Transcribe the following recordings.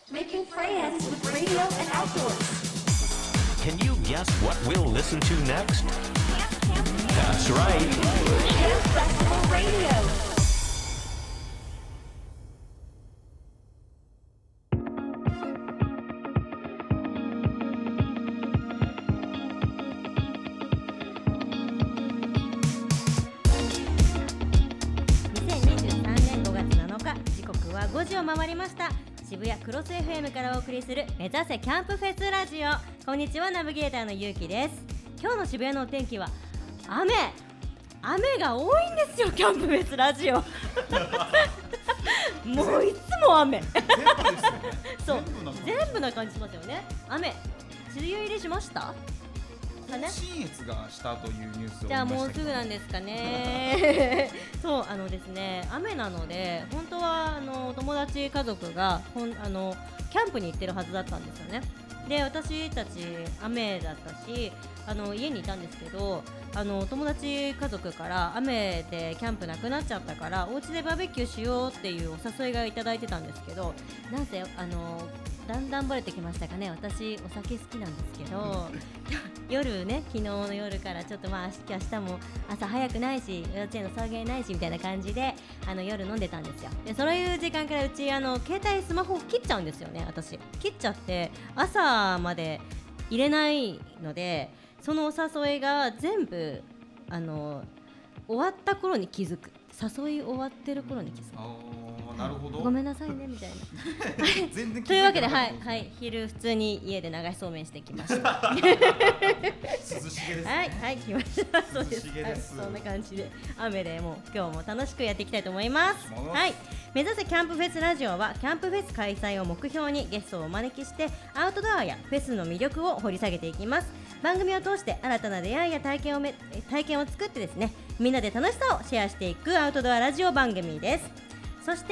Making friends with radio and outdoors. Can you guess what we'll listen to next? That's right. Camp Festival Radio. 5時を回りました。渋谷クロス FM からお送りする目指せキャンプフェスラジオ。こんにちは、ナビゲーターのゆうきです。今日の渋谷のお天気は雨が多いんですよ。キャンプフェスラジオもういつも雨そう全部な感じしますよね。雨、梅雨入りしました甲信越がしたというニュースを見ましたけど、 じゃあもうすぐなんですかねそうですね、雨なので本当は友達家族がキャンプに行ってるはずだったんですよね。で私たち雨だったし家にいたんですけど友達家族から雨でキャンプなくなっちゃったからお家でバーベキューしようっていうお誘いがいただいてたんですけど、なんせだんだんバレてきましたかね。私お酒好きなんですけど夜ね、昨日の夜からちょっと明日も朝早くないし幼稚園の送迎ないしみたいな感じで夜飲んでたんですよ。でそういう時間からうち携帯スマホを切っちゃうんですよね。私切っちゃって朝まで入れないので、そのお誘いが全部終わった頃に気づく。誘い終わってる頃に気づく。 なるほど、 ごめんなさいねみたいな全然というわけで、はい、昼普通に家で流しそうめんしてきました涼しげですね。 はい、来ましたそうです、 涼しげです、 はい、そんな感じで雨でもう今日も楽しくやっていきたいと思います。はい、目指せキャンプフェスラジオはキャンプフェス開催を目標にゲストをお招きしてアウトドアやフェスの魅力を掘り下げていきます。番組を通して新たな出会いや体験を作ってですね、みんなで楽しさをシェアしていくアウトドアラジオ番組です。そして、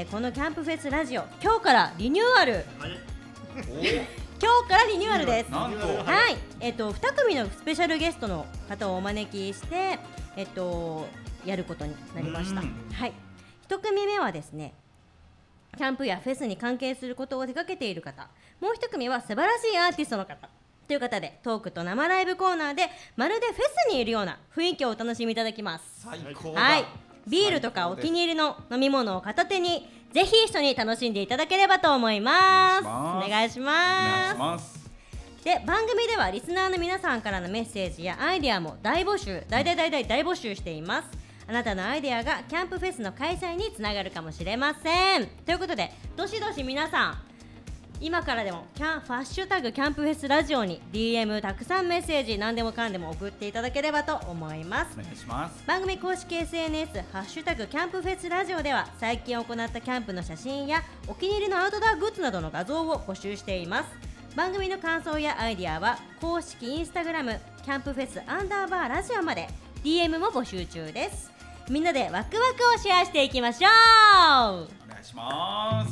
このキャンプフェスラジオ今日からリニューアル今日からリニューアルです。 なんと、 はい、2組のスペシャルゲストの方をお招きして、やることになりました。はい、1組目はですね、キャンプやフェスに関係することを手掛けている方、もう1組は素晴らしいアーティストの方という方で、トークと生ライブコーナーでまるでフェスにいるような雰囲気をお楽しみいただきます。 最高だ。 はい、ビールとかお気に入りの飲み物を片手にぜひ一緒に楽しんでいただければと思います。お願いします。で、番組ではリスナーの皆さんからのメッセージやアイデアも大募集しています。あなたのアイデアがキャンプフェスの開催につながるかもしれません。ということで、どしどし皆さん今からでもハッシュタグキャンプフェスラジオに DM たくさんメッセージ何でもかんでも送っていただければと思います。 お願いします。 番組公式 SNS ハッシュタグキャンプフェスラジオでは最近行ったキャンプの写真やお気に入りのアウトドアグッズなどの画像を募集しています。番組の感想やアイデアは公式インスタグラムキャンプフェス_ラジオまで DM も募集中です。みんなでワクワクをシェアしていきましょう。 お願いします。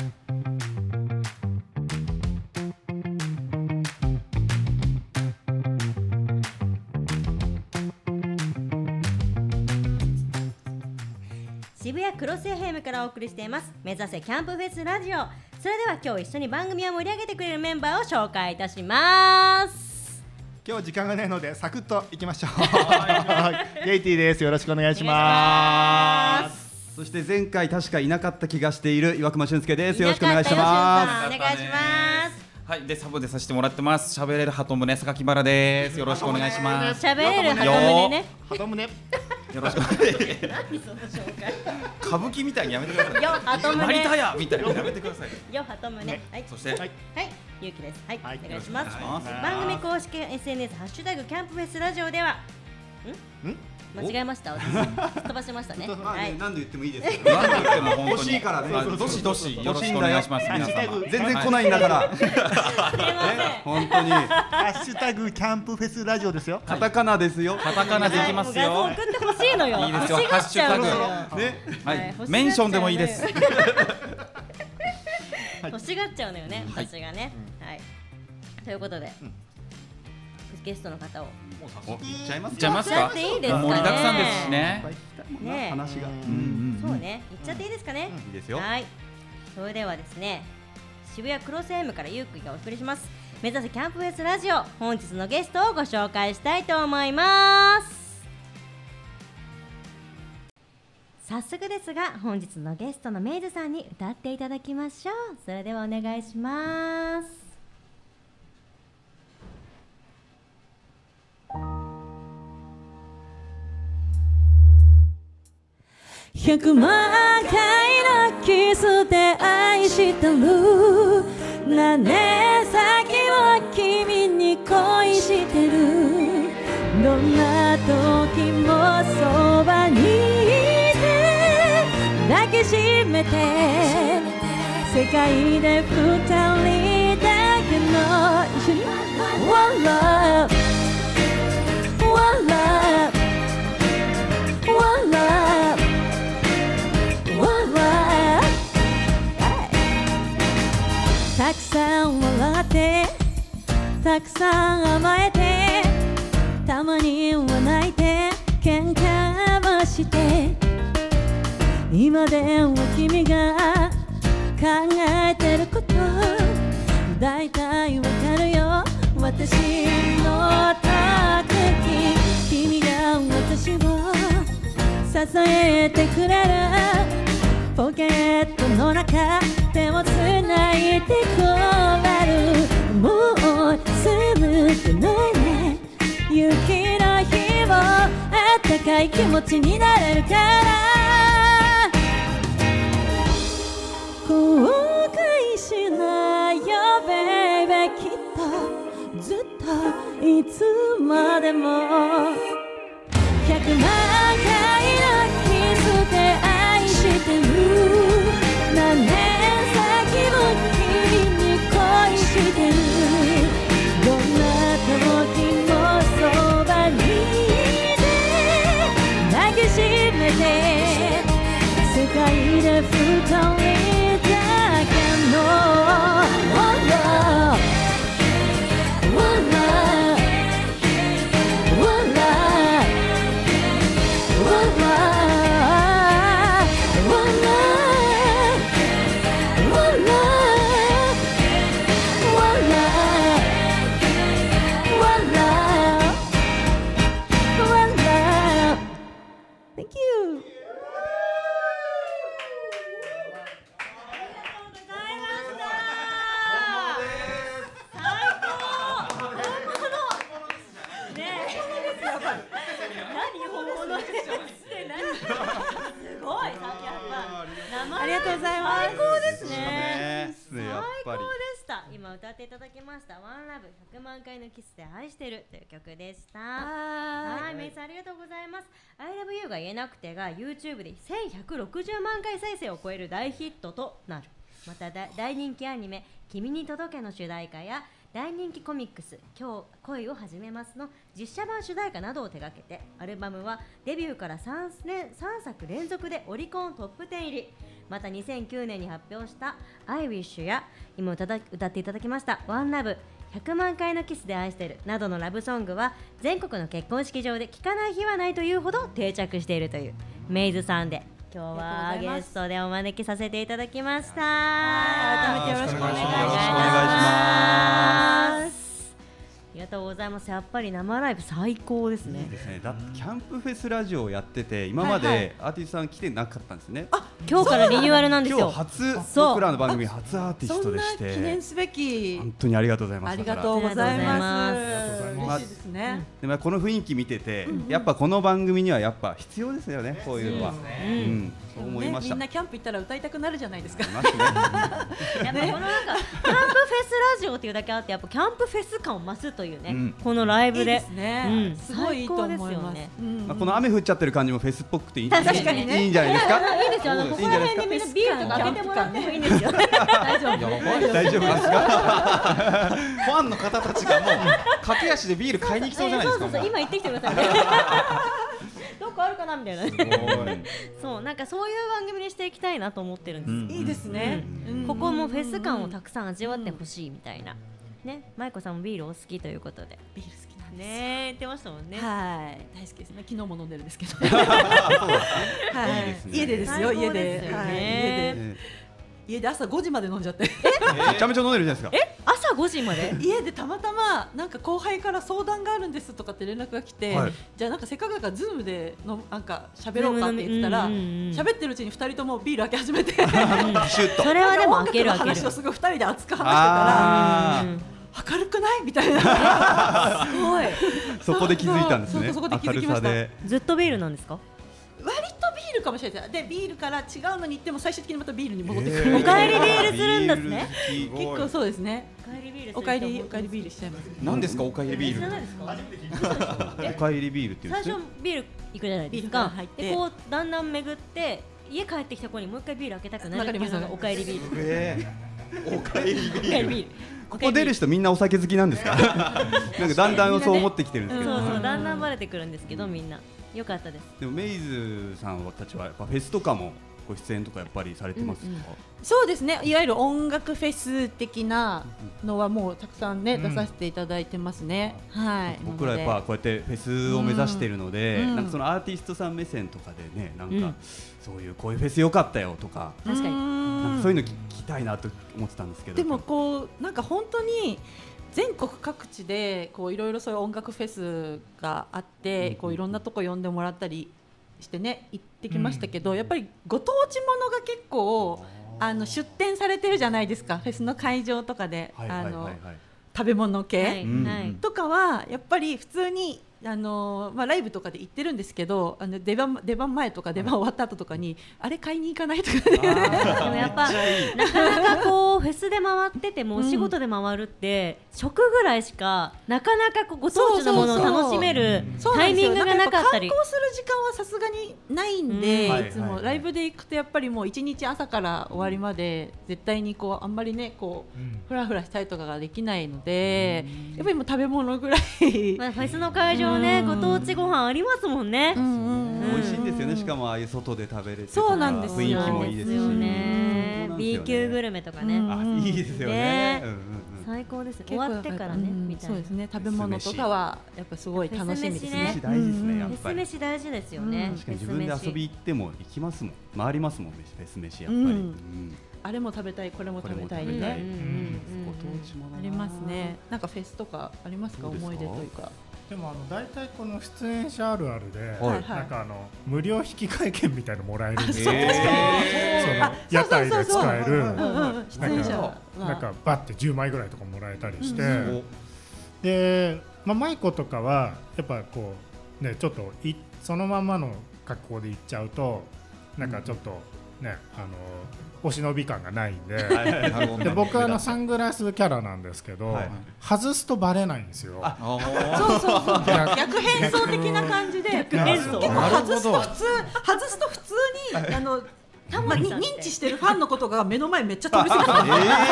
渋谷クロス FM からお送りしています目指せキャンプフェスラジオ。それでは今日一緒に番組を盛り上げてくれるメンバーを紹介いたします。 今日時間がないのでサクッといきましょうゲイティです。よろしくお願いします。 そして前回確かいなかった気がしている岩隈俊介です。よろしくお願いします。 お願いします。 はい、でサブでさせてもらってます。喋れる鳩宗榊原です。よろしくお願いします。 喋れる鳩宗ね。 鳩宗。 よろしくお願いします。 何その紹介。 歌舞伎みたいにやめてください。 よ鳩宗。 成田屋みたいにやめてください。 よ鳩宗。はい。 そしてはい、ゆうきです。はい、お願いします。 お願いします。 番組公式 SNS ハッシュタグキャンプフェスラジオでは間違えました。私飛ばしましたね。はい。 何度言ってもいいですよ。 何度言っても本当に欲しいからね。 どしどしよろしくお願いします。皆様。 全然来ないんだから。 すいません。 本当に。 ハッシュタグキャンプフェスラジオですよ。 カタカナですよ。 カタカナでいきます画像よ。 送ってほしいのよ。 いいですよ。ハッシュタグ。ね。はい。メンションでもいいです。 欲しがっちゃうのよね。私がね。はい。ということで。ゲストの方を行っちゃいますか。 行っちゃっていいですかね。 盛りだくさんですしね。 ね、 話が。 そうね、行っちゃっていいですかね。 いいですよ。 はい。それではですね、 渋谷クロス M からゆうくいがお送りします。目指せキャンプフェスラジオ、本日のゲストをご紹介したいと思います。早速ですが本日のゲストのメイズさんに歌っていただきましょう。それではお願いします。 100万回のキスで愛してる、何年先も君に恋してる、どんな時もそばにいて抱きしめて、世界で二人だけの一緒に One love One love One love One love、 たくさん笑ってたくさん甘えて、たまには泣いて喧嘩もして、今では君が考えてることだいたいわかるよ。私の時君が私を支えてくれる、ポケットの中手をつないでこらる、もう寒くないね、雪の日もあったかい気持ちになれるから、後悔しないよベイベー、きっとずっといつまでも100万回のキスで愛してる、何年先も君に恋してる、どんな時もそばにいて抱きしめて、世界で二人だけの One love One love One love One love One love One love One love One love One love Thank you。ありがとうございます。 最高ですね。 最高でした。今歌っていただきました「One Love 100万回のキスで愛してる」という曲でした。はい、メイさんありがとうございます。I love you が言えなくてが YouTube で1160万回再生を超える大ヒットとなる。また大人気アニメ「君に届け」の主題歌や大人気コミックス「今日恋を始めます」の実写版主題歌などを手掛けて、アルバムはデビューから3作連続でオリコントップ10入り。また2009年に発表した「I Wish」や今歌っていただきました「One Love 100万回のキスで愛してる」などのラブソングは全国の結婚式場で聴かない日はないというほど定着しているというメイズさんで、今日はゲストでお招きさせていただきました。改めてよろしくお願いします。ありがとうございます。やっぱり生ライブ最高ですね。 いいですね。だってキャンプフェスラジオをやってて今までアーティストさん来てなかったんですね。 今日からリニューアルなんですよ。 今日初、僕らの番組初アーティストでして、 そんな記念すべき、 本当にありがとうございます。 ありがとうございます。 嬉しいですね。 でもこの雰囲気見てて、やっぱこの番組にはやっぱ必要ですよね。こういうのは。そう思いました。 みんなキャンプ行ったら歌いたくなるじゃないですか。 やっぱこのなんかキャンプフェスラジオっていうだけあって、やっぱキャンプフェス感を増すというね、このライブで。 いいですね。すごいいいと思います。 この雨降っちゃってる感じもフェスっぽくていいんじゃないですか。 いいんじゃないですか。ここら辺でみんなビールとか開けてもらってもいいんですよ。大丈夫。 大丈夫ですか。 ファンの方たちがもう駆け足でビール買いに行きそうじゃないですか。 そう今行ってきてください。どこあるかなみたいな。そうなんかそういう番組にしていきたいなと思ってるんです。 いいですね。 ここもフェス感をたくさん味わってほしいみたいな。ね、舞子さんもビールお好きということで。 ビール好きなんです。 ね、言ってましたもんね。 はい、大好きですね。昨日も飲んでるんですけど。はい、家でですよ。家で。家で。 家で朝5時まで飲んじゃってめちゃめちゃ飲んでるじゃないですか。 朝5時まで家でたまたまなんか後輩から相談があるんですとかって連絡が来て、じゃあなんかせっかくだからズームでのなんか喋ろうかって言ったら喋ってるうちに2人ともビール開け始めてシュッとそれはでも開ける音楽の開ける話をすごい2人で熱く話してたら明るくないみたいなすごいそこで気づいたんですね。 そこで気づきました。 明るさでずっとビールなんですか？ 割とビールかもしれないです。でビールから違うのに行っても最終的にまたビールに戻ってくる。 おかえりビールするんですね。 結構そうですね。 おかえりビールするおかえりビールしちゃいます。 何ですかおかえりビール知らないですか？ おかえりビールっていうんですね。 最初ビール行くじゃないですビールからか入ってでこうだんだん巡って家帰ってきた子にもう一回ビール開けたくなるっていうのがおかえりビール。 おかえりビおかえールりビール。 ここ出る人みんなお酒好きなんですか？なんかだんだんそう思ってきてるんですけど。 そうそうだんだんバレてくるんですけどみんなよかったです。 でもメイズさんたちはやっぱフェスとかもご出演とかやっぱりされてますか？ そうですね。いわゆる音楽フェス的なのはもうたくさんね出させていただいてますね。はい。 僕らやっぱこうやってフェスを目指しているので、 うんなんかそのアーティストさん目線とかでね、なんかそういうこういうフェス良かったよとか、 確かになんかそういうの聞きたいなと思ってたんですけど。 でもこうなんか本当に全国各地でこういろいろそういう音楽フェスがあってこういろんなとこ呼んでもらったりしてね行ってきましたけど、やっぱりご当地ものが結構出店されてるじゃないですか、フェスの会場とかで食べ物系、 はいはいとかはやっぱり普通にライブとかで行ってるんですけど出番前とか出番終わった後とかにあれ買いに行かないとかねでもやっぱなかなかこうフェスで回っててもお仕事で回るって食ぐらいしかなかなかこうご当地のものを楽しめるタイミングがなかったり、 観光する時間はさすがにないんで、いつもはいはいはいライブで行くとやっぱりもう一日朝から終わりまで絶対にこうあんまりねこうフラフラしたりとかができないので、やっぱりもう食べ物ぐらいまあ、フェスの会場ねご当地ご飯ありますもんね。 美味しいんですよね。しかもああいう外で食べれてそうなんですよ雰囲気もいいですし、 よねそうなんですよね B 級グルメとかね、 あいいですよねね。 うんうんうん最高です。終結構わってからね、みたいな。 そうですね、食べ物とかはやっぱすごい楽しみですね。 大事ですね。やっフェスぱり飯大事ですよね。 確かに自分で遊び行っても行きますもん、回りますもん、フェス飯やっぱり。 あれも食べたい、これも食べたいこれも食べたいね。 ご当地ものなありますね。なんかフェスとかありますか、 どうですか思い出というか。 でも大体この出演者あるあるで、 はいなんか無料引換券みたいのもらえるんですよ。 そうその屋台で使える出演者はなんかバッて10枚ぐらいとかもらえたりして、で、舞子とかはやっぱこうねちょっとそのままの格好で行っちゃうとなんかちょっとねお忍び感がないんで、で僕はサングラスキャラなんですけど、外すとバレないんですよ。 そう逆変装的な感じで結構外すと普通に認知してるファンのことが目の前めっちゃ通り過ぎて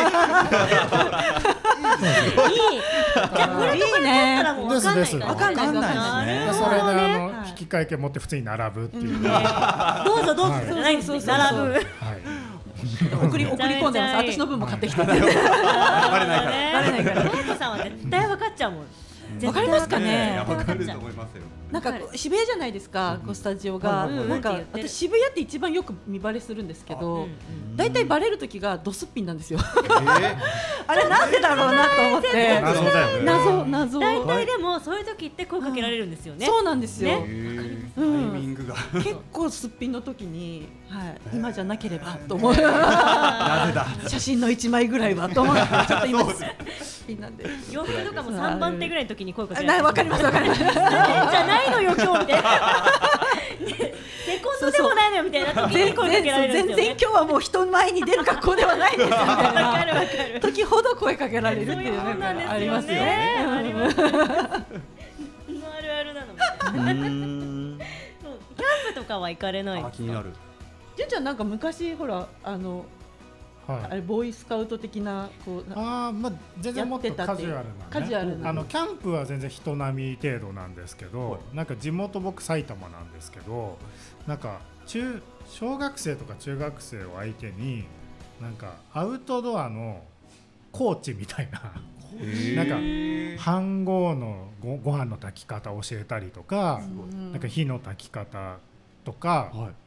いいね。 ですわかんないでそれで引換券持って普通に並ぶっていう。 どうぞどうぞじゃないんですね。並ぶ。 送り込んでます。私の分も買ってきて。 バレないからバレないから。マイコさんは絶対分かっちゃうもん。 わかりますかね。 わかると思いますよ。 なんか渋谷じゃないですか、スタジオが。なんか私渋谷って一番よく見バレするんですけど、だいたいバレる時がドスッピンなんですよ。あれなんでだろうなと思って。謎。 大体でもそういう時って声かけられるんですよね。 そうなんですよ。 タイミングが結構すっぴんの時に、今じゃなければと思う。 なぜだ。 写真の1枚ぐらいはと思ってちょっと今すっぴんなんで。 洋服とかも3番手ぐらいの時に声かけられる。 わかります。じゃないのよ今日みたいな。セコンドでもないのよみたいな時に声かけられるんですよね。 全然今日はもう人前に出る格好ではないですみたいな。わかる。時ほど声かけられるっていうのがありますよね。 あるあるなの。キャンプとかは行かれない。 気になる。 純ちゃんなんか昔ほらあれボーイスカウト的なこう全然もっとカジュアルなキャンプは全然人並み程度なんですけど、なんか地元僕埼玉なんですけど、なんか小学生とか中学生を相手になんかアウトドアのコーチみたいななんか飯盒のご飯の炊き方を教えたりとか、なんか火の炊き方とか、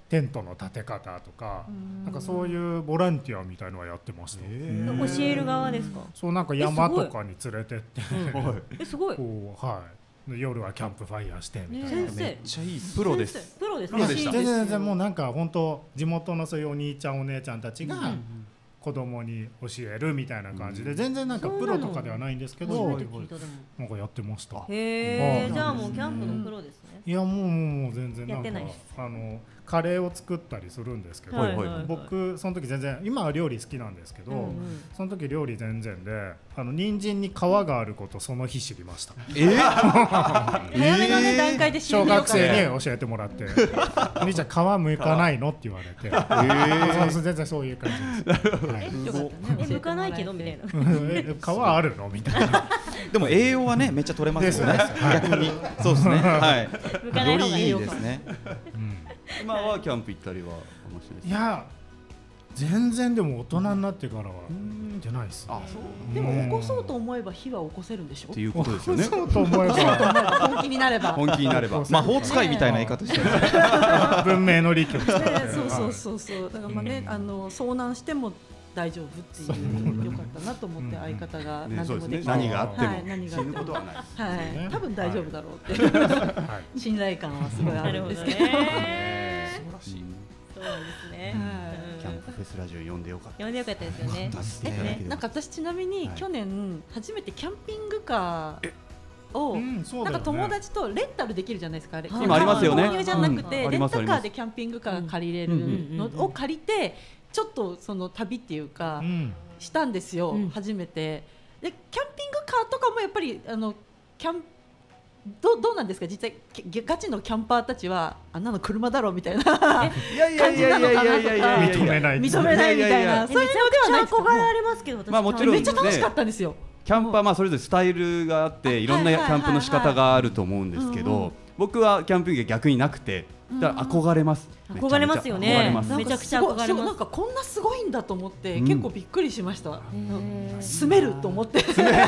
テントの立て方とか、なんかそういうボランティアみたいのはやってました。 教える側ですか？ そうなんか山とかに連れてってすごいこう、はい、夜はキャンプファイヤーしてみたいな。 先生めっちゃいいプロです。 プロですプロでした。 全然もうなんか本当地元のそういうお兄ちゃんお姉ちゃんたちが子供に教えるみたいな感じで、全然なんかプロとかではないんですけど、なんかやってました。 へえ、じゃあもうキャンプのプロですね。 いやもう全然なんかやってないです。 カレーを作ったりするんですけど、僕その時全然今は料理好きなんですけど、その時料理全然で人参に皮があることその日知りました。 早めのね段階で小学生に教えてもらってお兄ちゃん皮剥かないのって言われて、全然そういう感じです。 剥かないけどみたいな。 皮あるのみたいな。 でも栄養はねめっちゃ取れますよね。逆にそうですね。はい。よりいいですね。 今はキャンプ行ったりは面白いです。 いや全然でも大人になってからは行ってないです。 あ、そう。でも起こそうと思えば火は起こせるんでしょ。 っていうことですよね。 起こそうと思えば本気になれば。 本気になれば。 魔法使いみたいな言い方してる。 文明の利器を使って。 そうだからまあね遭難しても大丈夫っていう良かったなと思って相方が何でもできる。 何があっても死ぬことはない。 はい。多分大丈夫だろうって信頼感はすごいあるんですけど。 そうですね。 キャンプフェスラジオ呼んでよかった。 呼んでよかったですよね。 なんか私ちなみに去年初めてキャンピングカーをなんか友達とレンタルできるじゃないですか。あれ今ありますよね。 購入じゃなくてレンタカーでキャンピングカー借りれるのを借りてちょっとその旅っていうかしたんですよ。初めてでキャンピングカーとかもやっぱりキャンどうなんですか、実際ガチのキャンパーたちはあんなの車だろうみたいな感じなのかなとか認めないみたいな、そういうのではないですか。 憧れありますけど、 まあもちろんめっちゃ楽しかったんですよ。 キャンパーそれぞれスタイルがあっていろんなキャンプの仕方があると思うんですけど、僕はキャンプが逆になくて、だから憧れます。 憧れますよね。めちゃくちゃ憧れます。 なんかこんなすごいんだと思って結構びっくりしました。住めると思って。住め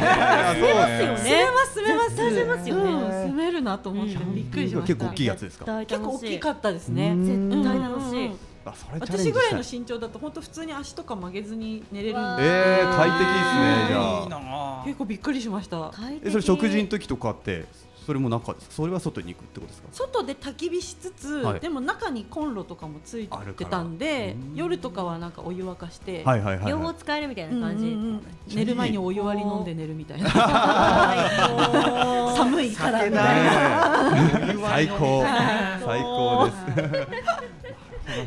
ますよね。住めるなと思ってびっくりしました。 結構大きいやつですか？ 結構大きかったですね。 絶対楽しい。 私ぐらいの身長だと本当普通に足とか曲げずに寝れるんで。 快適ですね。じゃあ結構びっくりしました。 それ食事の時とかってそれも中ですか？それは外に行くってことですか？ 外で焚き火しつつ、でも中にコンロとかもついてたんで、夜とかはなんかお湯沸かして両方使えるみたいな感じ。 寝る前にお湯割り飲んで寝るみたいな。寒いからみたいな。最高です。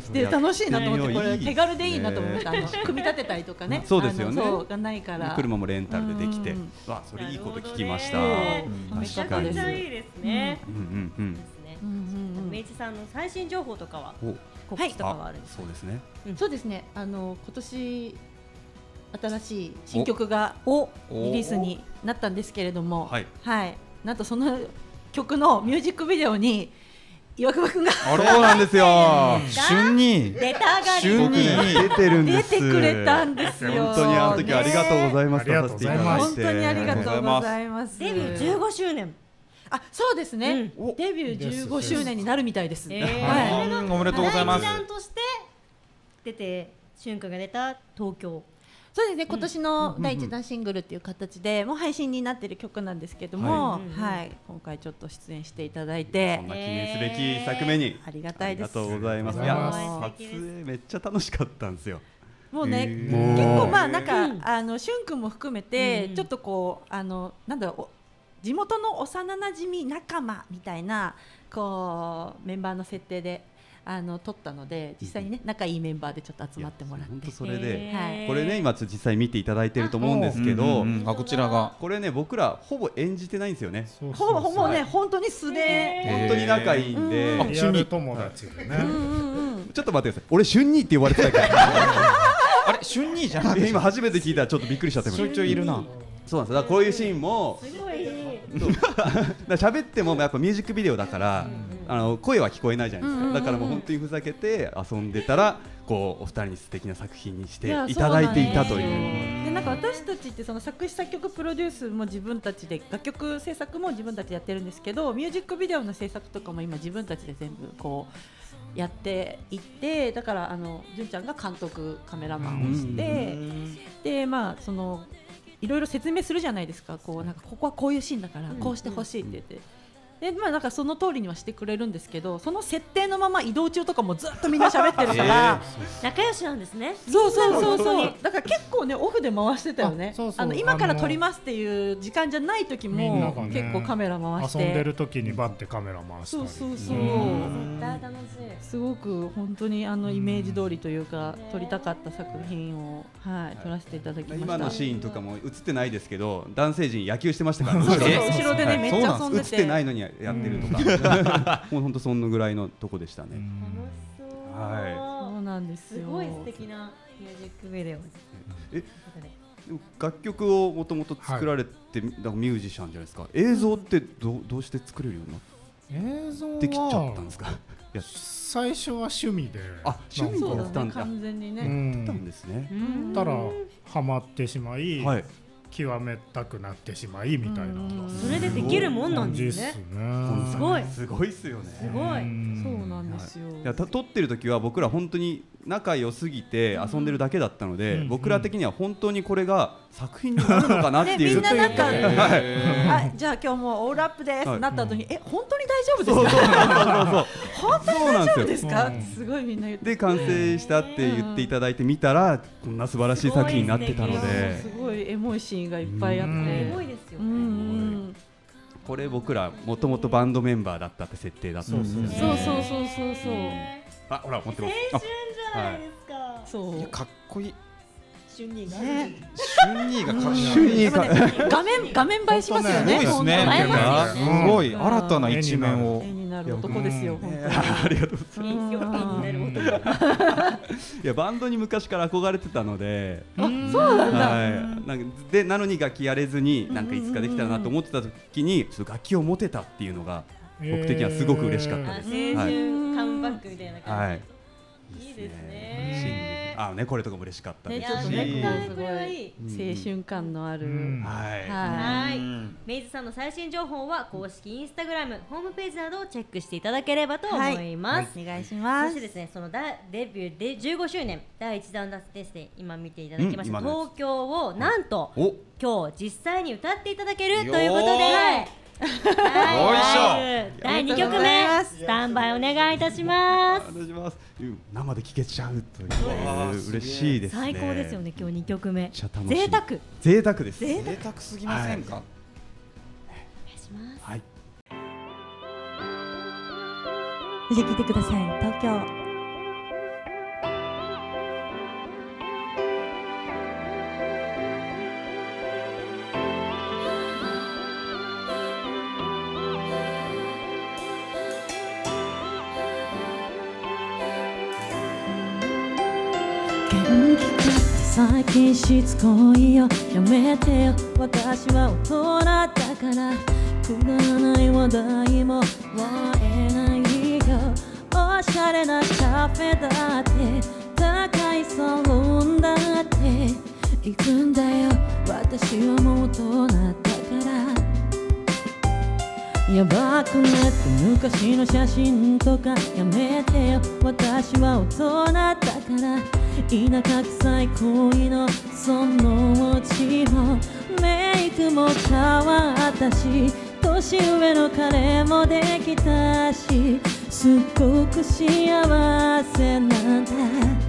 で楽しいなと思って、これ手軽でいいなと思って、組み立てたりとかね、 そうですよね。 がないから車もレンタルでできて、わそれいいこと聞きました。 めちゃくちゃいいですね。明治さんの最新情報とかは告知とかはあるんですか？ そうですね。 そうですね。今年新しい新曲がリリースになったんですけれども、はい。なんとその曲のミュージックビデオに岩久保くんがそうなんですよ。旬に出てるんです。 出てくれたんですよ。 本当にあの時ありがとうございます。 本当にありがとうございます。 デビュー15周年。 そうですね。デビュー15周年になるみたいです。 おめでとうございます。 第一弾として出て瞬間が出た東京。 そうですね、今年の第一弾シングルっていう形でもう配信になっている曲なんですけども、今回ちょっと出演していただいて、 そんな記念すべき作目にありがたいです。 ありがとうございます。いや撮影めっちゃ楽しかったんですよ。 もうね、結構まあなんかしゅんくんも含めてちょっとこうなんだろう、地元の幼馴染仲間みたいなこうメンバーの設定で撮ったので、実際にね仲いいメンバーでちょっと集まってもらって、 本当それで、これね今実際見ていただいてると思うんですけど、 こちらがこれね僕らほぼ演じてないんですよね。 ほぼね本当に素で本当に仲いいんで、 リアル友達でね。 ちょっと待ってください。俺春兄って呼ばれてたから。 あれ春兄じゃなくて今初めて聞いたらちょっとびっくりしちゃってます。 ちょいちょいいるな。 そうなんです。だからこういうシーンも喋ってもやっぱミュージックビデオだから声は聞こえないじゃないですか。だからもう本当にふざけて遊んでたらこうお二人に素敵な作品にしていただいていたという。 でなんか私たちってその作詞作曲プロデュースも自分たちで、楽曲制作も自分たちでやってるんですけど、ミュージックビデオの制作とかも今自分たちで全部こうやっていって、だから純ちゃんが監督カメラマンをして、でまあそのいろいろ説明するじゃないですか。こうなんかここはこういうシーンだからこうしてほしいって言って。でまあ、なんかその通りにはしてくれるんですけど、その設定のまま移動中とかもずっとみんな喋ってるから仲良しなんですね。 そうだから結構ねオフで回してたよね。今から撮りますっていう時間じゃない時も結構カメラ回して遊んでる時にバッてカメラ回したり、 絶対楽しい。 すごく本当にイメージ通りというか撮りたかった作品を、撮らせていただきました。 今のシーンとかも映ってないですけど、男性陣野球してましたからね。 後ろでねめっちゃ遊んでて、 映ってないのにやってるとか、もう本当そのぐらいのとこでしたね。 そうなんですよ。 すごい素敵なミュージックビデオ。 楽曲をもともと作られて、だからミュージシャンじゃないですか。映像ってどうして作れるようになって、 映像はできちゃったんですか。 最初は趣味で、 趣味でやったんだ。 完全にね。 やったんですね。 たらハマってしまい、極めたくなってしまいみたいな。 それでできるもんなんですね。 すごいっすよね。 すごい。 そうなんですよ。 撮ってる時は僕ら本当に仲良すぎて遊んでるだけだったので、僕ら的には本当にこれが作品になるのかなっていう。 みんななんかじゃあ今日もうオールアップですなった後に本当に大丈夫ですか？本当に大丈夫ですか？すごいみんな言って。 で完成したって言っていただいて見たらこんな素晴らしい作品になってたので、 すごいエモいシーンがいっぱいあって、 すごいですよね。 これ僕らもともとバンドメンバーだったって設定だったんですよね。 そう。 あ、ほら持ってます。 青春じゃないですか。 そう。 かっこいい。 春兄が。 春兄がかっこいい。 画面映えしますよね。 すごいですね。すごい新たな一面を。 絵になる男ですよ。本当に。 ありがとうございます。いやバンドに昔から憧れてたので。 そうなんだ。でなのに楽器やれずになんかいつかできたらなと思ってた時に楽器を持てたっていうのが僕的にはすごく嬉しかったです。 青春カムバックみたいな感じ。いいですね。 これとかも嬉しかったですし、 すごい青春感のある。 メイズさんの最新情報は公式インスタグラム、ホームページなどをチェックしていただければと思います。 お願いします。 そしてですね、そのデビューで15周年第1弾ですね、今見ていただきました東京をなんと今日実際に歌っていただけるということで。第2曲目スタンバイお願いいたします。 生で聴けちゃうという嬉しいですね。 最高ですよね。今日2曲目贅沢です。 贅沢すぎませんか？ お願いします。 じゃあ聴いてください。東京。最近しつこいよ、やめてよ。私は大人だからくだらない話題も笑えないよ。おしゃれなカフェだって高いサロンだって行くんだよ。私はもう大人だからやばくなって昔の写真とかやめてよ。私は大人だから田舎臭い恋のそのうちもメイクも変わったし年上の彼もできたしすっごく幸せなんだ。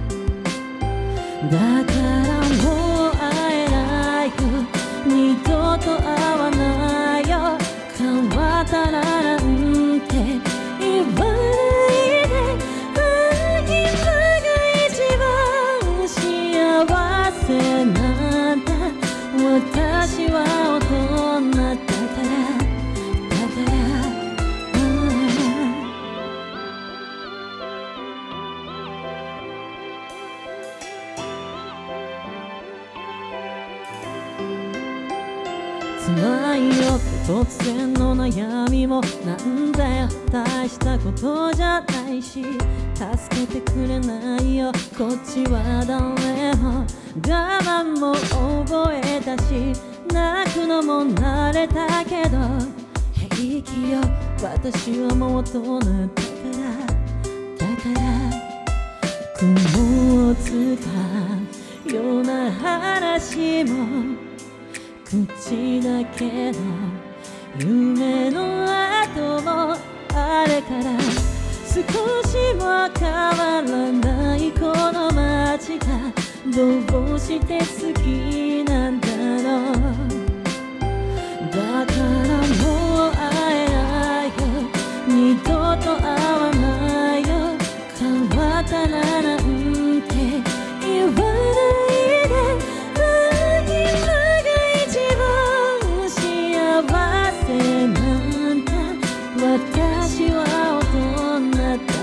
だからもう会えないよ、二度と会わないよ。変わったらなんて言わないで、今が一番幸せなんだ。私は大人だから辛いよって突然の悩みもなんだよ大したことじゃないし助けてくれないよこっちは誰も。我慢も覚えたし泣くのも慣れたけど平気よ私はもう大人だから雲をつかうような話も口だけの夢の後もあれから少しも変わらないこの街がどうして好きなんだろう。だからもう会えないよ、二度と会わないよ、変わったななんて言わないで。今が一番幸せなんだ。私は大人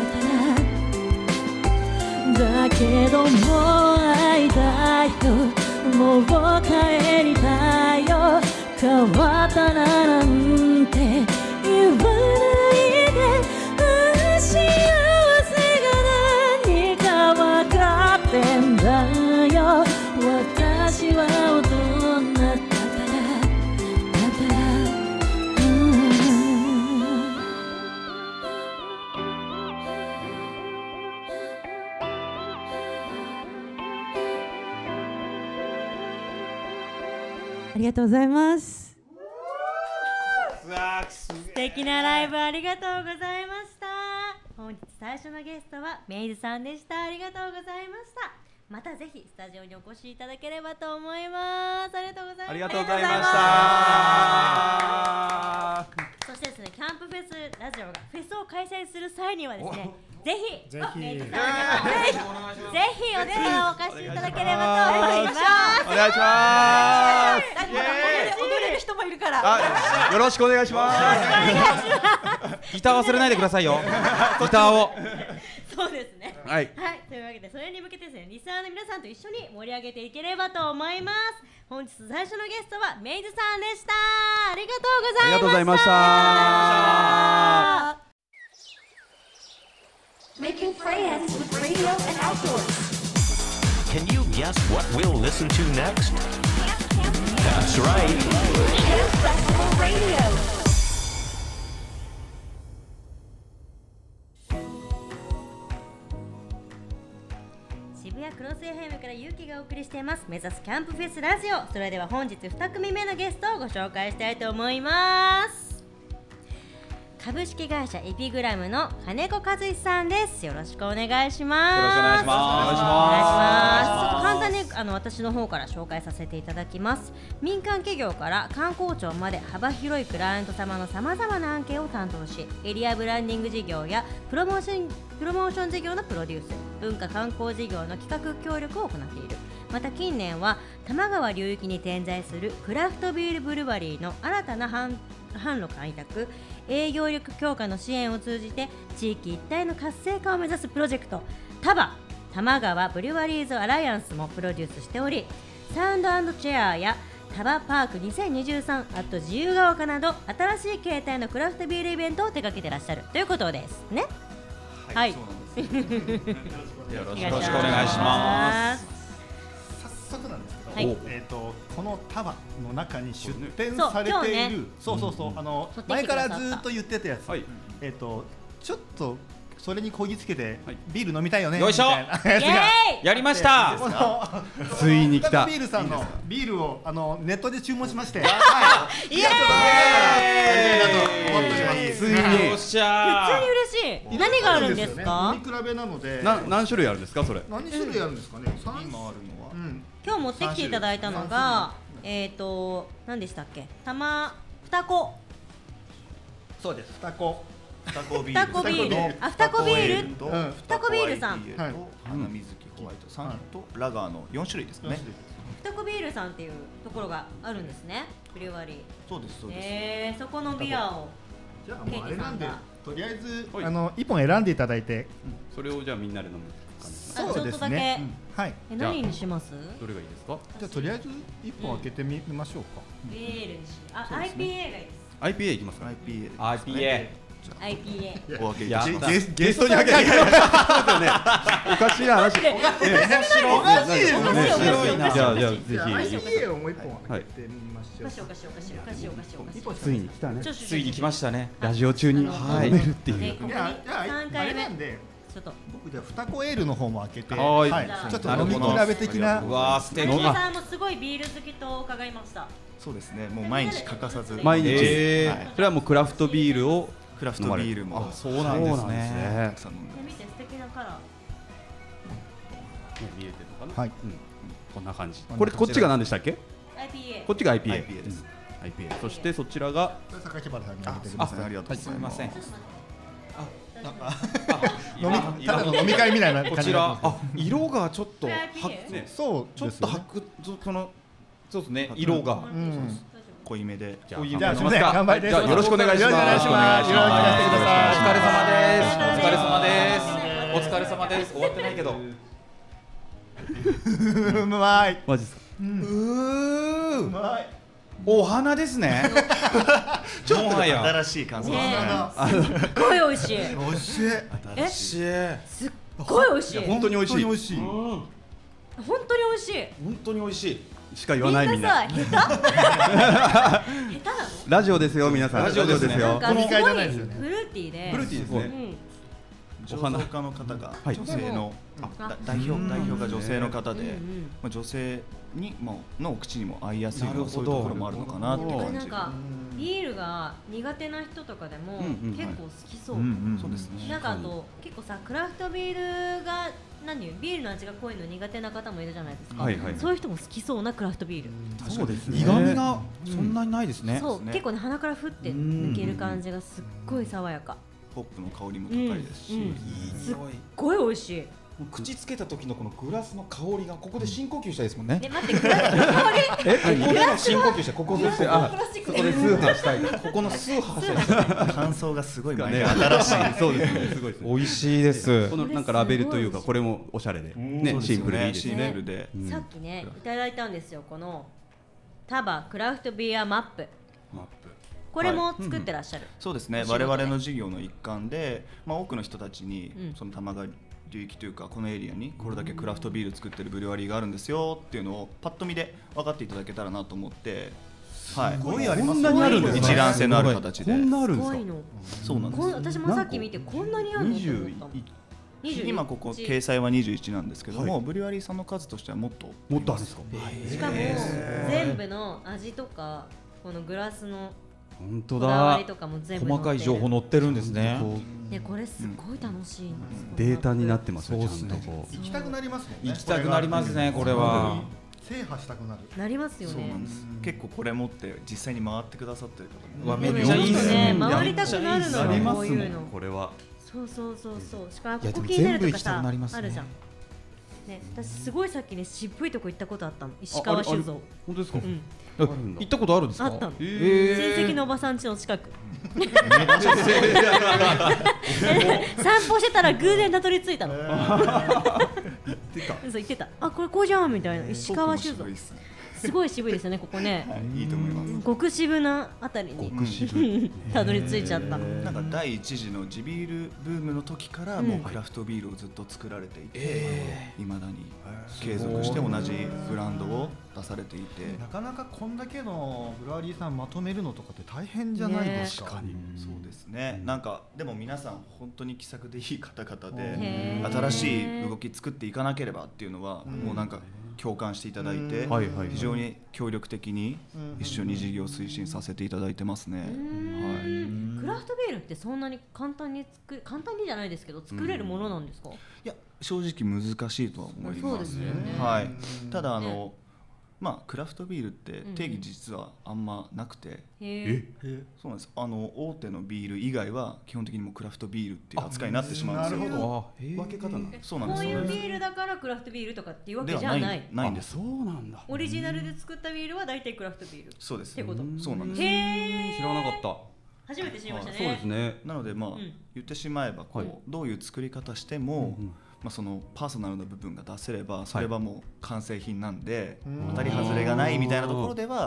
だからだけどもう会いたいよ、もう帰りたいよ、変わったななんて言わないで。幸せが何か分かってんだよ。私は大人だからありがとうございます。 素敵なライブありがとうございました。本日最初のゲストはメイズさんでした。ありがとうございました。またぜひスタジオにお越しいただければと思います。ありがとうございます。 ありがとうございました。 そしてですね、キャンプフェスラジオがフェスを開催する際にはですね、ぜひメイズさんにもぜひお力をお貸しいただければと思います。 お願いします。 踊れる人もいるからよろしくお願いします。 ギター忘れないでくださいよ。ギターを。 そうですね。 はい。 はい。というわけでそれに向けてですね、リスナーの皆さんと一緒に盛り上げていければと思います。本日最初のゲストはメイズさんでした。ありがとうございました。 ありがとうございました。 Making friends with radio and outdoors. Can you guess what we'll listen to next? That's right. Camp Festival Radio. 渋谷クロス FM からゆうきがお送りしています目指すキャンプフェスラジオ。それでは本日2組目のゲストをご紹介したいと思います。株式会社エピグラムの金子和志さんです。よろしくお願いします。 よろしくお願いします。 お願いします。ちょっと簡単に私の方から紹介させていただきます。民間企業から観光庁まで幅広いクライアント様のさまざまな案件を担当し、エリアブランディング事業やプロモーション事業のプロデュース、文化観光事業の企画協力を行っている。また近年は多摩川流域に点在するクラフトビールブルワリーの新たな販路開拓、営業力強化の支援を通じて地域一体の活性化を目指すプロジェクト多摩川ブリュワリーズアライアンスもプロデュースしており、サウンド&チェアやタバパーク2023あと自由が丘など新しい形態のクラフトビールイベントを手掛けてらっしゃるということですね。はい、そうなんです。 よろしくお願いします。 早速なんですけど、この束の中に出展されている、前からずっと言ってたやつ、ちょっとそれにこぎつけてビール飲みたいよね。 よいしょ。やりました。 ついに来た。 ビールさんのビールをネットで注文しまして、イエーイ。 ついに。 よっしゃー。普通に嬉しい。何があるんですか？ 飲み比べなので。 何種類あるんですかそれ？ 何種類あるんですかね？ 今あるのは。 今日持ってきていただいたのが何でしたっけ？二子。 そうです。二子ビール。 二子ビールさん。 花水木ホワイトさんとラガーの4種類ですね。 二子ビールさんっていうところがあるんですね。ブリュワリー。 そうですそうです。 そこのビアを。 じゃあもうあれなんでとりあえず1本選んでいただいて、 それをじゃあみんなで飲む。 そうですね。はい。 何にします？ どれがいいですか？ じゃあとりあえず1本開けてみましょうか。 ビールにし。IPA がいいです。 IPA いきますか？ IPA。 お開けいたします。 ゲストに開けて。そうですよね。おかしい話。 おかしいですね。 じゃあぜひ。 IPA をもう1本開けてみましょう。 おかしい。 ついに来たね。 ついに来ましたね。 ラジオ中に飲めるっていう。 3回目なんで。 ちょっと僕では二個エールの方も開けて、 はいちょっと飲み比べ的な。 うわー素敵。 滝井さんもすごいビール好きと伺いました。 そうですね。もう毎日欠かさず。 毎日、 はいそれはもうクラフトビールをクラフトビールも。 そうなんですね。 見て素敵なカラー。 見えてるのかな。 はい。 こんな感じ。これこっちが何でしたっけ？ IPA。 こっちが IPA。 IPA です。 IPA。そしてそちらが榊原さんにあげてください。 ありがとうございます。 ただの飲み会みたいな感じ。 こちら色がちょっとそうちょっと白そのそうですね色が濃いめで。 じゃあすみません乾杯です。 じゃあよろしくお願いします。 よろしくお願いします。 お疲れ様です。お疲れ様です。お疲れ様です。終わってないけど。 うまい。 マジですか？ うまい。 お花ですね。もはや新しい感想ですね。 すっごい美味しい。 美味しい。 新しい。 すっごい美味しい。 本当に美味しい。 美味しい。 本当に美味しい。 本当に美味しい。 しか言わないみんな。 下手なの？ ラジオですよ皆さん。 ラジオですよ。 飲み会じゃないですよね。フルーティーで。 フルーティーですね。 醸造家の方が女性の代表が女性の方で、女性にの口にも合いやすいそういうところもあるのかなって感じ。 なんかビールが苦手な人とかでも結構好きそう。 そうですね。 なんかあと結構さクラフトビールがビールの味が濃いの苦手な方もいるじゃないですか。そういう人も好きそうなクラフトビール。 そうですね。 苦味がそんなにないですね。 そう結構ね鼻からふって抜ける感じがすっごい爽やか。 ホップの香りも高いですし、 すっごい美味しい。 口つけた時のこのグラスの香りがここで深呼吸したいですもんね。 待ってグラスの香り。 ここで深呼吸したい。ここでそこでスーハーしたい。ここのスーハーしたい。 感想がすごいね新しい。 そうですね。すごいです。 美味しいです。 このなんかラベルというかこれもおしゃれでねシンプルでいいですね。 さっきねいただいたんですよこのタバクラフトビアマップ。これも作ってらっしゃる。 そうですね。我々の事業の一環で、多くの人たちにその玉川流域というかこのエリアにこれだけクラフトビール作ってるブリュワリーがあるんですよっていうのをパッと見で分かっていただけたらなと思って、はい。 こんなにあるんです一覧性のある形で。 こんなあるんですか。 そうなんです。 私もさっき見てこんなにあるのと思った。 今ここ掲載は21なんですけども、ブリュワリーさんの数としてはもっとあるんですか。 しかも全部の味とかこのグラスの本当こだわだ。 りとかも全部細かい情報載ってるんですね。 ねこれすごい楽しい。 データになってますね。 そうですね。 行きたくなりますもんね。 行きたくなりますねこれは。 制覇したくなる。 なりますよね。 そうなんです。結構これ持って実際に回ってくださってる方も。 めっちゃいいですね。 回りたくなるのよこういうの。 これは。 そうしかもここ聞いてるとかさあるじゃん。ね、私すごいさっきね渋いとこ行ったことあったの。石川酒造。 本当ですか。 行ったことあるんですか。 あったの。親戚のおばさん家の近く。散歩してたら偶然たどり着いたの。言ってた。あこれこうじゃんみたいな。石川酒造。すごい渋いですよねここね。 いいと思います。 極渋なあたりにたどり着いちゃった。 なんか第一次の地ビールブームの時からもうクラフトビールをずっと作られていて、未だに継続して同じブランドを出されていて、 なかなかこんだけのブルワリーさんまとめるのとかって大変じゃないですか。 そうですね。なんかでも皆さん本当に気さくでいい方々で、新しい動き作っていかなければっていうのはもうなんか共感していただいて、非常に協力的に一緒に事業を推進させていただいてますね。 クラフトビールってそんなに簡単にじゃないですけど作れるものなんですか？ いや正直難しいとは思います。 そうですよね。 はい。ただクラフトビールって定義実はあんまなくて、そうなんです。大手のビール以外は基本的にもクラフトビールっていう扱いになってしまうんですよ。 なるほど。 分け方なんです。 そうなんです。 こういうビールだからクラフトビールとかっていうわけじゃない。 ないんです。 そうなんだ。 オリジナルで作ったビールは大体クラフトビール。 そうです。 ってこと。 そうなんです。 知らなかった。 初めて知りましたね。 そうですね。 なので言ってしまえばどういう作り方しても。そのパーソナルな部分が出せればそれはもう完成品なんで当たり外れがないみたいなところでは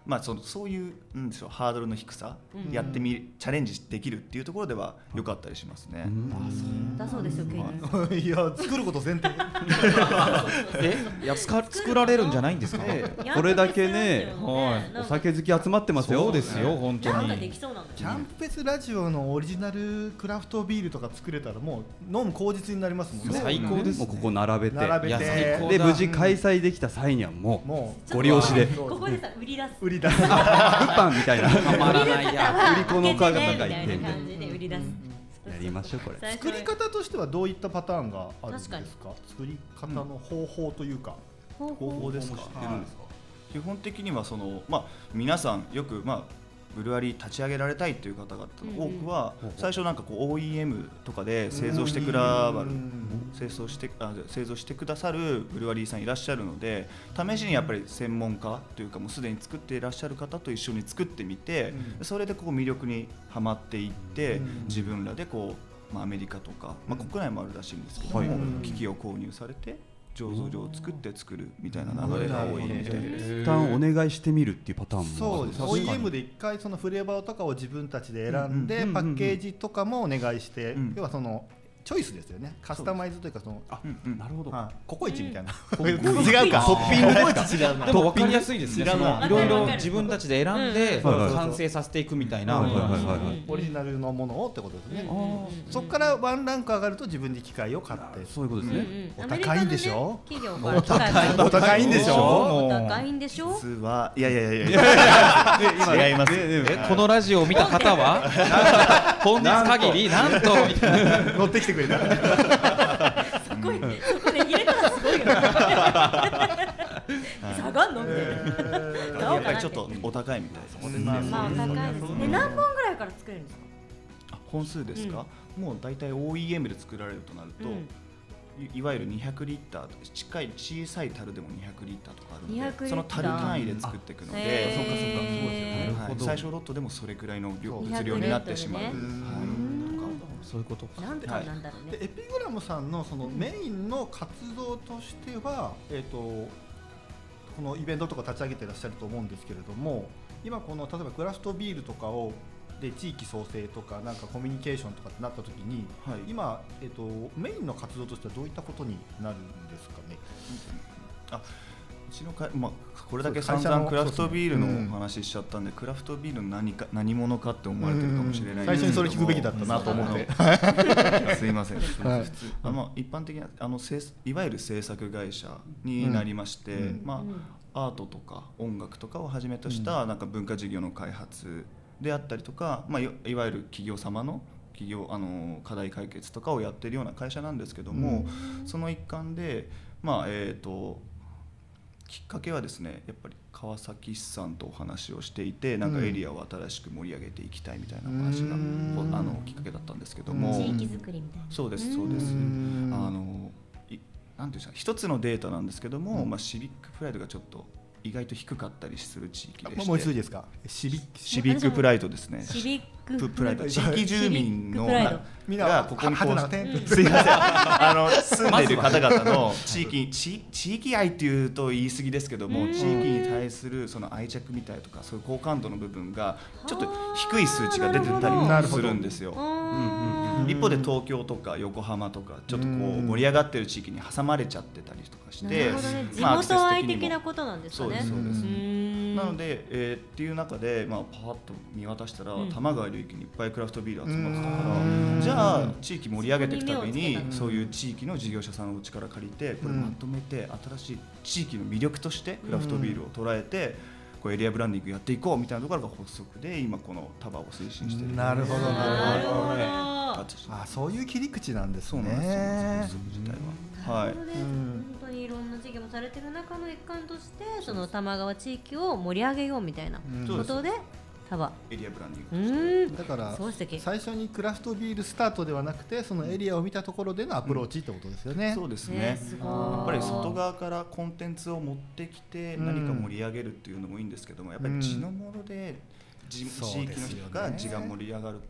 まあそういうなんでしょうハードルの低さ、やってチャレンジできるっていうところでは良かったりしますね。 だそうですよ、ケイティ。いや作ること前提。 いや作られるんじゃないんですか。 これだけね、お酒好き集まってますよ。 そうですよ本当に。 できそうなんだ。 キャンプフェスラジオのオリジナルクラフトビールとか作れたらもう飲む口実になりますもんね。 最高です。 もうここ並べて、 並べてで無事開催できた際にはもうご利用しで。 ここでさ売り出す。 売り出す。 物販みたいな。 たまらないや。 売り子の方がいてみたいな感じで売り出す。 やりましょうこれ。 作り方としてはどういったパターンがあるんですか。作り方の方法というか。 方法ですか。基本的には皆さんよくブルワリー立ち上げられたいという方々の多くは最初なんかこう OEM とかで製造してくださるブルワリーさんいらっしゃるので、試しにやっぱり専門家というかもうすでに作っていらっしゃる方と一緒に作ってみて、それでこう魅力にはまっていって、自分らでこうアメリカとか国内もあるらしいんですけども、機器を購入されて醸造所を作って作るみたいな流れが多いみたいです。 一旦お願いしてみるっていうパターンも。 そうです。OEM で一回そのフレーバーとかを自分たちで選んで、パッケージとかもお願いして、要はそのチョイスですよね。カスタマイズというかそのなるほど。 ココイチみたいな。 違うか。トッピングですか。でも分かりやすいですね。いろいろ自分たちで選んで完成させていくみたいな。 オリジナルのものをってことですね。そこからワンランク上がると自分で機械を買って。 そういうことですね。 お高いんでしょ。 お高いんでしょ。 お高いんでしょ。 実はいや違います。 このラジオを見た方は本日限りなんと乗ってきてくれた。 そこで入れたらすごいよ。下がんのみたいな。 やっぱりちょっとお高いみたいですね。 まあお高いですね。何本ぐらいから作れるんですか。 本数ですか。もうだいたい OEM で作られるとなると、いわゆる200リッターと小さい樽でも200リッターとかあるので、その樽単位で作っていくので、最小ロットでもそれくらいの物量になってしまう。 そういうことか。 なんでなんだろうね。 エピグラムさんのそのメインの活動としては、このイベントとか立ち上げていらっしゃると思うんですけれども、今この例えばクラフトビールとかをで地域創生とかなんかコミュニケーションとかってなった時に、今メインの活動としてはどういったことになるんですかね。うちのこれだけ散々クラフトビールのお話ししちゃったんで、クラフトビールの何者かって思われてるかもしれないんですけども、 最初にそれ聞くべきだったなと思って。 すいません。普通一般的ないわゆる制作会社になりまして、アートとか音楽とかをはじめとしたなんか文化事業の開発であったりとか、いわゆる企業様の課題解決とかをやっているような会社なんですけども、その一環できっかけはですね、やっぱり川崎市さんとお話をしていて、なんかエリアを新しく盛り上げていきたいみたいな話がきっかけだったんですけども、 地域づくりみたいな。 そうですそうです。なんていうんですか、一つのデータなんですけども、シビックプライドがちょっと意外と低かったりする地域でして、 もう一度いいですか。 シビックプライドですね。 シビックプライド、地域住民のがここにすいません、住んでいる方々の地域愛っていうと言い過ぎですけども、地域に対するその愛着みたいとか、そういう好感度の部分がちょっと低い数値が出てたりするんですよ。一方で東京とか横浜とかちょっとこう盛り上がってる地域に挟まれちゃってたりとかして、 地元愛的なことなんですかね。 そうです。なのでっていう中でパーッと見渡したら多摩川流域にいっぱいクラフトビール集まってたから、じゃあ地域盛り上げていくためにそういう地域の事業者さんのお力借りてこれまとめて新しい地域の魅力としてクラフトビールを捉えてこうエリアブランディングやっていこうみたいなところが発足で、今この束を推進している。 なるほどなるほど。そういう切り口なんですね。 発足自体は。 本当にいろんな事業もされてる中の一環として、その多摩川地域を盛り上げようみたいなことで。 エリアブランディングだから最初にクラフトビールスタートではなくて、そのエリアを見たところでのアプローチってことですよね。 そうですね。やっぱり外側からコンテンツを持ってきて何か盛り上げるっていうのもいいんですけども、やっぱり地のもので地域の人が地が盛り上がると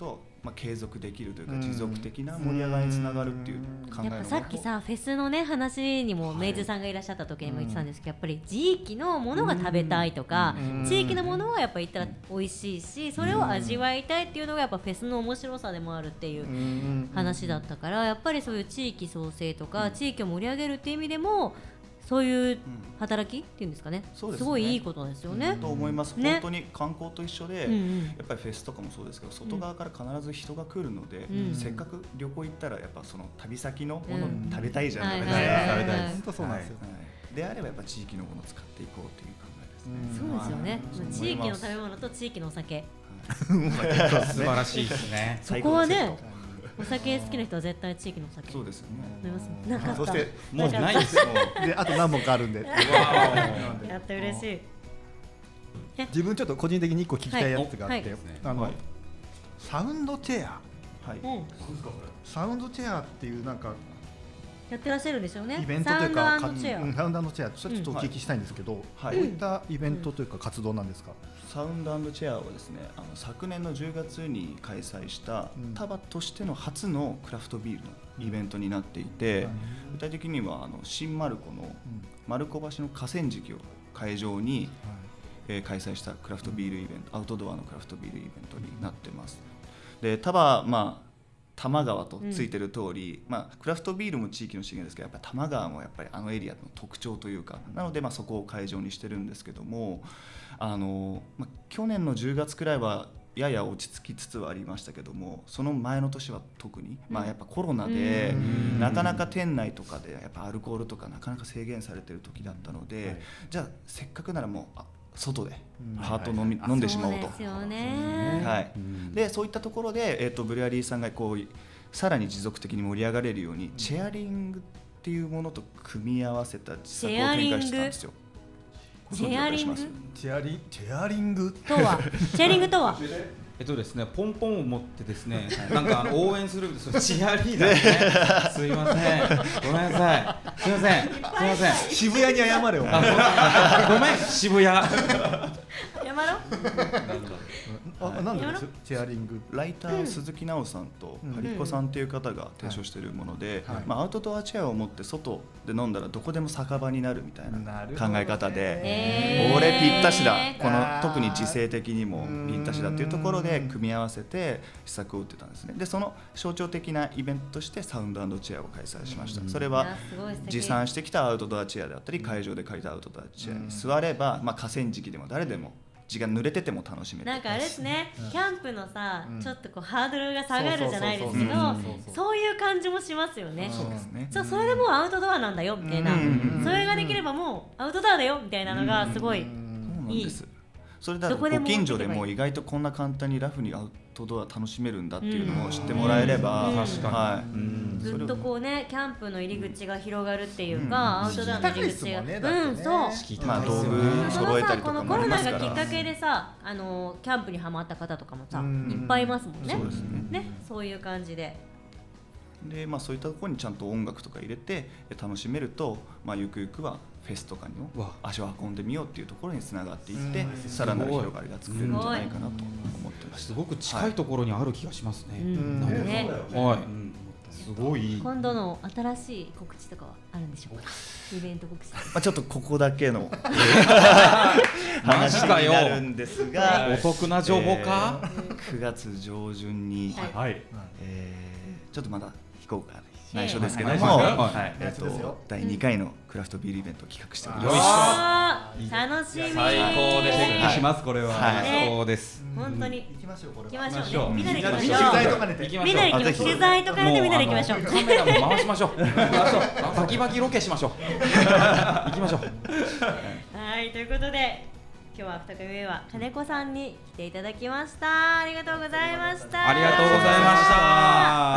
継続できるというか持続的な盛り上がりにつながるっていう考えの。 やっぱさっきさフェスのね話にも明治さんがいらっしゃった時にも言ってたんですけど、やっぱり地域のものが食べたいとか、地域のものはやっぱ行ったら美味しいし、それを味わいたいっていうのがやっぱフェスの面白さでもあるっていう話だったから、やっぱりそういう地域創生とか地域を盛り上げるっていう意味でもそういう働きっていうんですかね、すごいいいことですよね。 と思います。本当に観光と一緒で、やっぱりフェスとかもそうですけど、外側から必ず人が来るので、せっかく旅行行ったらやっぱその旅先のもの食べたいじゃないですか。 本当そうなんですよ。 であればやっぱ地域のものを使っていこうという考えですね。 そうですよね。地域の食べ物と地域のお酒。 素晴らしいですね。 そこはね。お酒好きな人は絶対地域のお酒。 そうですよね。 飲みます。なかった。 そしてもうないですよ。 であと何本かあるんで。 やって嬉しい。 自分ちょっと個人的に1個聞きたいやつがあって、サウンドチェア。はい。サウンドチェアっていうなんかやってらっしゃるんでしょうね。 イベントというかサウンドチェア。 サウンドチェア、ちょっとお聞きしたいんですけど、どういったイベントというか活動なんですか。 サウンド&チェアはですね、昨年の10月に開催したタバとしての初のクラフトビールのイベントになっていて、具体的には新丸子の丸子橋の河川敷を会場に開催したクラフトビールイベント、アウトドアのクラフトビールイベントになってます。で、多摩川とついてる通り、クラフトビールも地域の資源ですけど、やっぱり多摩川もやっぱりエリアの特徴というか、なのでそこを会場にしてるんですけども、去年の10月くらいはやや落ち着きつつはありましたけども、その前の年は特に、やっぱコロナでなかなか店内とかでやっぱアルコールとかなかなか制限されてる時だったので、じゃあせっかくならもう外でパート飲んでしまおうと。 そうですよね。 はい。でそういったところでブリュアリーさんがさらに持続的に盛り上がれるようにチェアリングっていうものと組み合わせた施策を展開したんですよ。 チェアリングチェアリングとはチェアリングとはですね、ポンポンを持ってですね、なんか応援するチアリーダーですね。すいません、ごめんなさい。すいません、すいません。 渋谷に謝れよ。 ごめん、渋谷。 山ろ。 なんでチェアリング。 ライター鈴木直さんとパリコさんっていう方が提唱しているもので、アウトドアチェアを持って外で飲んだらどこでも酒場になるみたいな考え方で、これぴったしだ。この特に時勢的にもぴったしだっていうところで組み合わせて施策を打ってたんですね。でその象徴的なイベントとしてサウンド&チェアを開催しました。それは持参してきたアウトドアチェアであったり、会場で借りたアウトドアチェアに座れば、河川敷でも誰でも地が濡れてても楽しめる。 なんかあれですね、キャンプのさ、ちょっとハードルが下がるじゃないですけど、そういう感じもしますよね。 そうですね。 それでもうアウトドアなんだよみたいな、それができればもうアウトドアだよみたいなのがすごいいい。 それだとご近所でも意外とこんな簡単にラフにアウトドア楽しめるんだっていうのを知ってもらえれば、 ずっとこうね、キャンプの入り口が広がるっていうか、アウトドアの入り口が、そう道具揃えたりとかもありますから。 このコロナがきっかけでさ、キャンプにハマった方とかもさ、いっぱいいますもんね。 そうですね。 そういう感じで。 でそういったところにちゃんと音楽とか入れて楽しめると、ゆくゆくはフェスとかにも足を運んでみようっていうところにつながっていって、さらなる広がりが作れるんじゃないかなと思ってます。 すごく近いところにある気がしますね。 はい。すごい。今度の新しい告知とかはあるんでしょうか。イベント告知。 ちょっとここだけの話になるんですが、 お得な情報か。 9月上旬に、ちょっとまだ非公開内緒ですけども、第2回のクラフトビールイベントを企画しております。楽しみ。 最高です。 しますこれは。 最高です。 本当に。 行きましょうこれ。 行きましょうね。みんなで行きましょう。 取材とかねて。 みんなで行きましょう。取材とかねてみんなで行きましょう。 カメラも回しましょう。バキバキロケしましょう。行きましょう。 はい、ということで。今日は2組目は金子さんに来ていただきました。ありがとうございました。 ありがとうございました。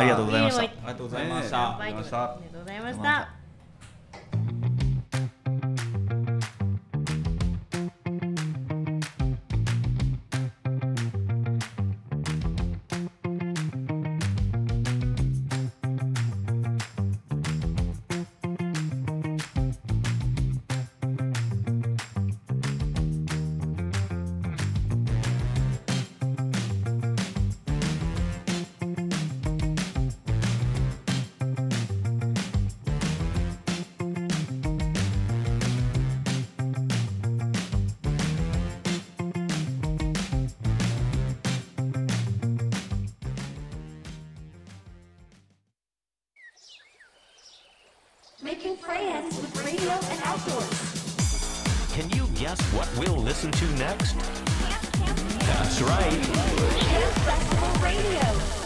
ありがとうございました。 ありがとうございました。 ありがとうございました。 Making plans with radio and outdoors. Can you guess what we'll listen to next? That's right. Camp Festival Radio.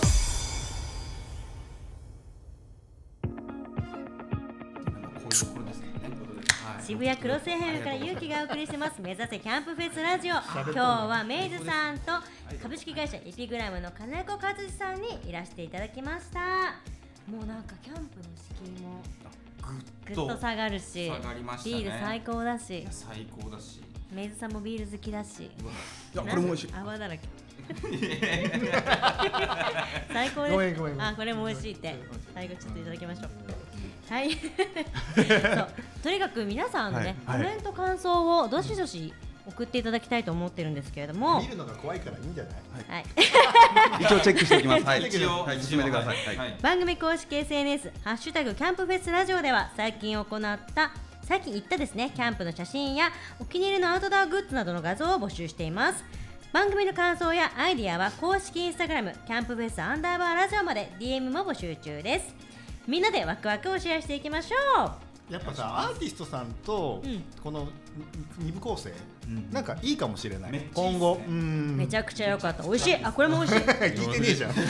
渋谷クロス FM から勇気がお送りしてます目指せキャンプフェスラジオ。今日はメイズさんと株式会社エピグラムの金子和志さんにいらしていただきました。もうなんかキャンプの敷居もぐっと下がるし、ビール最高だし、メイズさんもビール好きだし、 いやこれも美味しい。 泡だらけ最高です。あ、これも美味しいって最後ちょっといただきましょう。はいそうとにかく皆さんのね、コメント感想をどしどし送っていただきたいと思ってるんですけれども、 見るのが怖いからいいんじゃない？ はい、 一応チェックしておきます。はい、 一応進めてください。 番組公式 SNS ハッシュタグキャンプフェスラジオでは最近行ったですねキャンプの写真やお気に入りのアウトドアグッズなどの画像を募集しています。番組の感想やアイディアは公式インスタグラムキャンプフェス_ラジオまで DM も募集中です。みんなでワクワクをシェアしていきましょう。 やっぱさアーティストさんとこの2部構成、なんかいいかもしれない。今後めちゃくちゃ良かった。美味しい。あ、これも美味しい。 聞いてねえじゃん。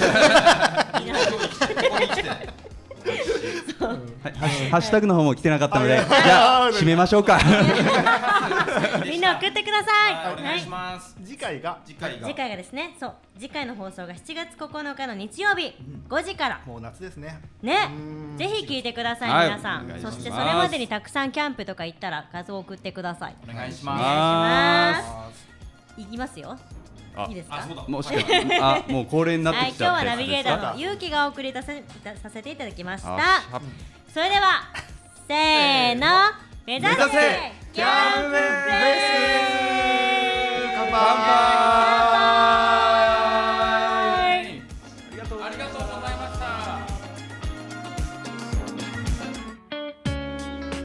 ハッシュタグの方も来てなかったので、じゃあ締めましょうか。 みんな送ってください。 お願いします。 次回がですね。そう、次回の放送が7月9日の日曜日5時から。 もう夏ですね。 ね、ぜひ聞いてください皆さん。そしてそれまでにたくさんキャンプとか行ったら画像を送ってください。 お願いします。 いきますよ。いいですか？ もう恒例になってきちゃって。 今日はナビゲーターの勇気がお送りさせていただきました。それではせーの、目指せキャンプフェス。乾杯。